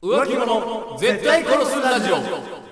浮気者絶対殺すラジオ。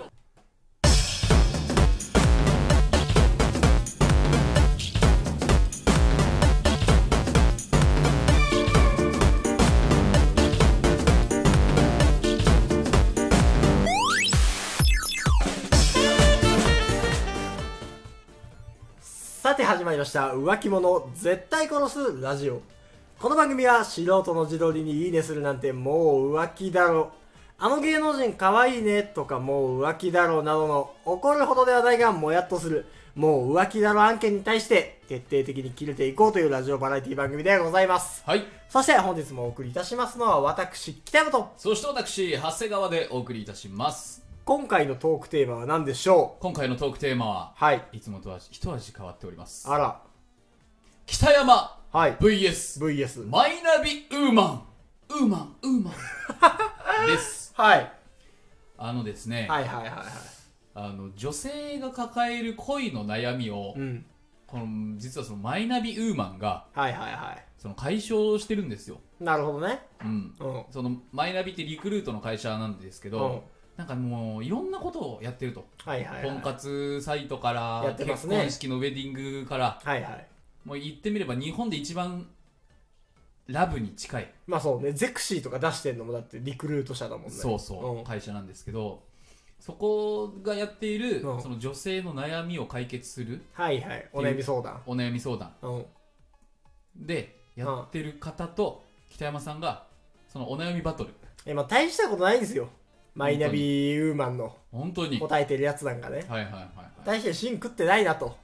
さて始まりました浮気者絶対殺すラジオ。この番組は素人の自撮りにいいねするなんてもう浮気だろ、あの芸能人可愛いねとかもう浮気だろなどの怒るほどではないがもやっとするもう浮気だろ案件に対して徹底的に切れていこうというラジオバラエティ番組でございます。 はい。 そして本日もお送りいたしますのは私北山と、 そして私長谷川でお送りいたします。 今回のトークテーマは何でしょう。 今回のトークテーマは、 はい、 いつもとは一味変わっております。 あら、 北山はい VS マイナビウーマンですはいですね、 はいはいはいはい、 女性が抱える恋の悩みを、実はそのマイナビウーマンが、 はいはいはい、 その解消してるんですよ。 なるほどね。 そのマイナビってリクルートの会社なんですけど、なんかもういろんなことをやってると、婚活サイトから、結婚式のウェディングから、もう言ってみれば日本で一番ラブに近い、 まあそうね、ゼクシーとか出してんのもだってリクルート社だもんね。 そうそう、会社なんですけど、そこがやっている、その女性の悩みを解決する、 お悩み相談、 でやってる方と北山さんがそのお悩みバトル、 まあ大したことないんですよ、マイナビウーマンの本当に答えてるやつなんかね。 はいはいはい、 大して芯食ってないなと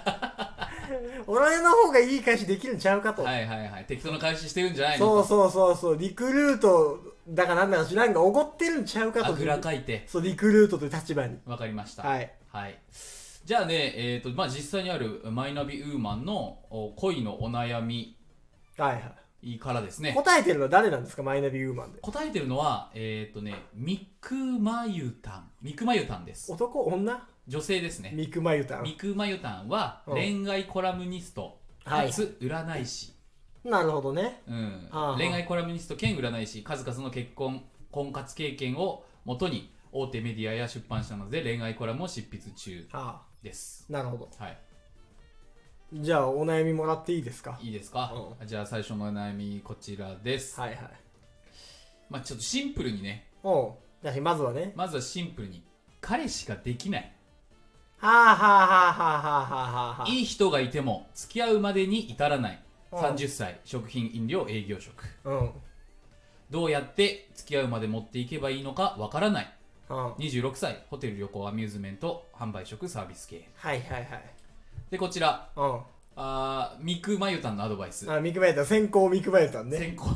俺の方がいい返しできるんちゃうかと。 はいはいはい、適当な返ししてるんじゃないの。 そうリクルートだかなんだか知らんがおごってるんちゃうかと。 あぐらかいて、 そう、リクルートという立場に。 わかりました。 はい、 じゃあね、まあ、実際にあるマイナビウーマンの恋のお悩みからですね、 答えてるのは誰なんですか、マイナビウーマンで。 答えてるのはミクマユタンです。 男女女性ですね。 ミクマユタンは恋愛コラムニストかつ占い師、 なるほどね。 恋愛コラムニスト兼占い師、数々の婚活経験をもとに大手メディアや出版社などで恋愛コラムを執筆中です。 なるほど。 はい。 じゃあお悩みもらっていいですか。 いいですか。じゃあ最初のお悩みこちらです。まあちょっとシンプルにね。 まずはね。 まずはシンプルに彼氏ができない。いい人がいても付き合うまでに至らない。30歳食品飲料営業職。どうやって付き合うまで持っていけばいいのかわからない。26歳ホテル旅行アミューズメント販売職サービス系。でこちらミクマユタンのアドバイス。 ミクマユタン、先行ミクマユタンね。 先行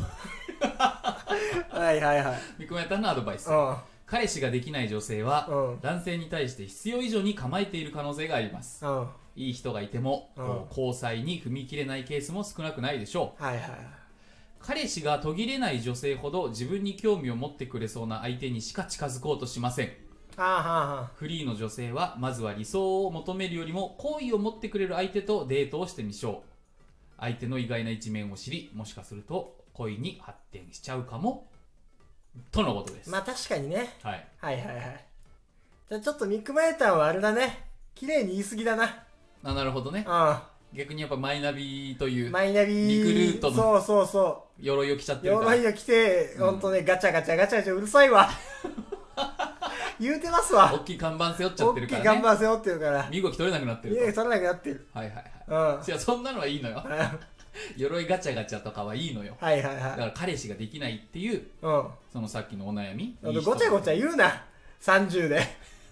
ミクマユタンのアドバイス。彼氏ができない女性は男性に対して必要以上に構えている可能性があります。いい人がいても交際に踏み切れないケースも少なくないでしょう。彼氏が途切れない女性ほど自分に興味を持ってくれそうな相手にしか近づこうとしません。フリーの女性はまずは理想を求めるよりも好意を持ってくれる相手とデートをしてみましょう。相手の意外な一面を知り、もしかすると恋に発展しちゃうかもとのことです。 まあ確かにね。じゃあちょっとミクマユタンはあれだね、綺麗に言い過ぎだな。 なるほどね。逆にやっぱマイナビというリクルートの鎧を着ちゃってるから。 鎧を着て、ほんとね、ガチャガチャうるさいわ言うてますわ。 大きい看板背負っちゃってるからね。 大きい看板背負ってるから身動き取れなくなってる。 取れなくなってる。 いや、そんなのはいいのよ鎧ガチャガチャとかはいいのよ。だから彼氏ができないっていう、そのさっきのお悩み、 ごちゃごちゃ言うな。30で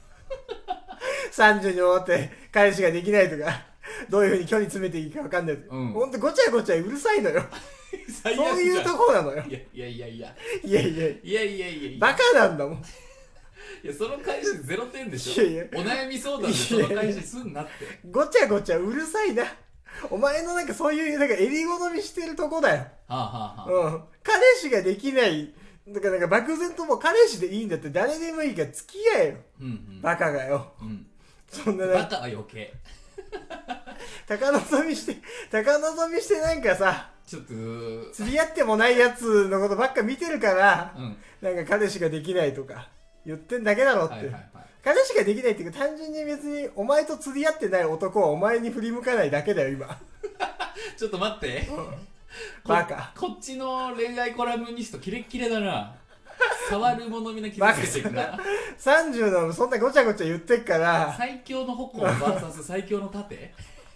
30に思って彼氏ができないとか、どういうふうに距離詰めていいか分かんない。ほんとごちゃごちゃうるさいのよそういうところなのよ。 いやバカなんだもん。 いや、その返し0点でしょ。お悩み相談でその返しすんなって。 ごちゃごちゃうるさいな。お前のなんかそういうなんか襟好みしてるとこだよ。彼氏ができない、だからなんか漠然ともう彼氏でいいんだって、誰でもいいから付き合えよ。バカがよ。そんなバカは余計高望みしてなんかさ、 ちょっと釣り合ってもないやつのことばっか見てるから、 うん、 なんか彼氏ができないとか言ってんだけだろって、はいはいはい、彼氏ができないっていうか単純に別にお前と釣り合ってない男はお前に振り向かないだけだよ今ちょっと待って、うん、 バカこっちの恋愛コラムニストキレッキレだな触るものみんな傷つけていくな 30のそんなごちゃごちゃ言ってっから最強の矛 VS 最強の盾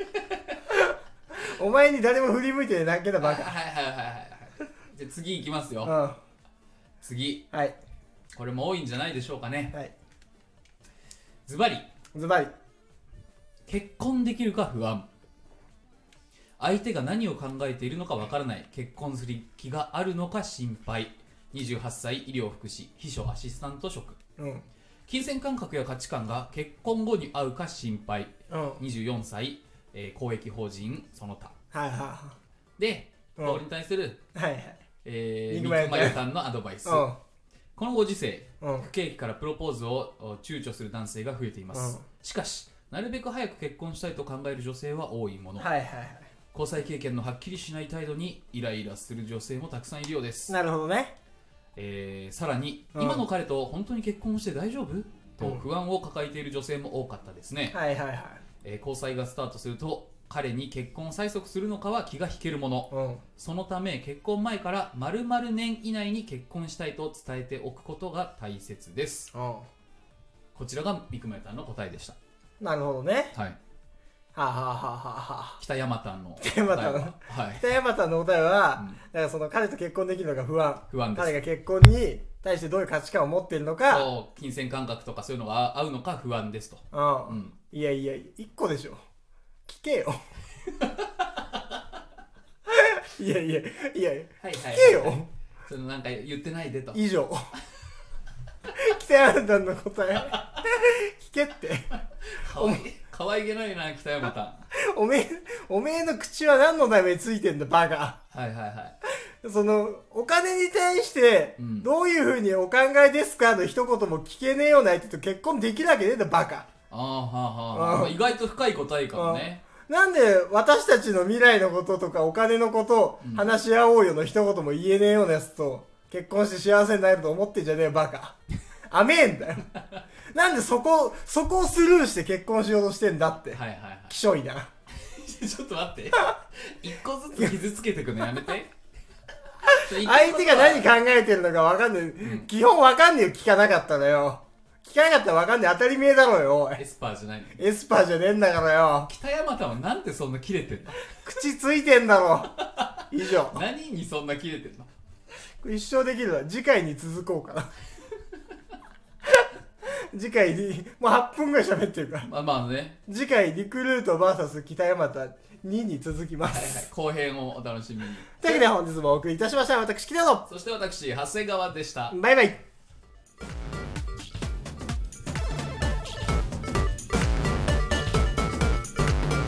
お前に誰も振り向いてないだけだバカ。 はいはいはいはい。じゃあ次いきますよ、 うん、 次、 はい、 これも多いんじゃないでしょうかね。 はい、 ズバリ結婚できるか不安、相手が何を考えているのかわからない、結婚する気があるのか心配、28歳医療福祉秘書アシスタント職、 うん、金銭感覚や価値観が結婚後に合うか心配、 うん、 24歳、公益法人その他、 はいはいはい、 で、これに対する、 はいはい、 三熊由さんのアドバイス、このご時世、不景気からプロポーズを躊躇する男性が増えています、しかしなるべく早く結婚したいと考える女性は多いもの、 はいはいはい、 交際経験のはっきりしない態度にイライラする女性もたくさんいるようです。 なるほどね。 さらに、今の彼と本当に結婚して大丈夫と不安を抱えている女性も多かったですね、 はいはいはい、 交際がスタートすると彼に結婚を催促するのかは気が引けるもの、そのため結婚前から〇〇年以内に結婚したいと伝えておくことが大切です、こちらが三熊さんの答えでした。 なるほどね。 はい。 はあ、はあはあはあ、 北山さんの北山さんの、はい、北山さんの答えは、だからその彼と結婚できるのが不安です。彼が結婚に対してどういう価値観を持っているのか、 そう金銭感覚とかそういうのが合うのか不安ですと。 いやいや1個でしょ、聞けよいやいやいや、聞けよ、 そのなんか言ってないでと。 以上北山さんの答え聞けってかわいげないな北山さんおめえの口は何のためについてんだバカ。 はいはいはい。 そのお金に対してどういうふうにお考えですかの一言も聞けねえような相手と結婚できるわけねえんだバカ。 意外と深い答えかもね。 なんで私たちの未来のこととかお金のことを話し合おうよの一言も言えねえようなやつと結婚して幸せになると思ってんじゃねえバカ。甘えんだよなんでそこをスルーして結婚しようとしてんだって。はいはいはい。きしょいなちょっと待って一個ずつ傷つけてくのやめて相手が何考えてるのか分かんない、基本分かんねえよ。聞かなかったのよ。聞かなかったら分かんねえ、当たり前だろうよ。 エスパーじゃないの。 エスパーじゃねえんだからよ。 北山さんはなんでそんなキレてんの口ついてんだろ以上。 何にそんなキレてんの。 これ一生できるわ。次回に続こうかな次回にもう8分ぐらい喋ってるから。 まあね。 次回リクルート VS 北山田2に続きます。 はいはい。後編をお楽しみに。 というわけで本日もお送りいたしました。私北野。 そして私長谷川でした。 バイバイ。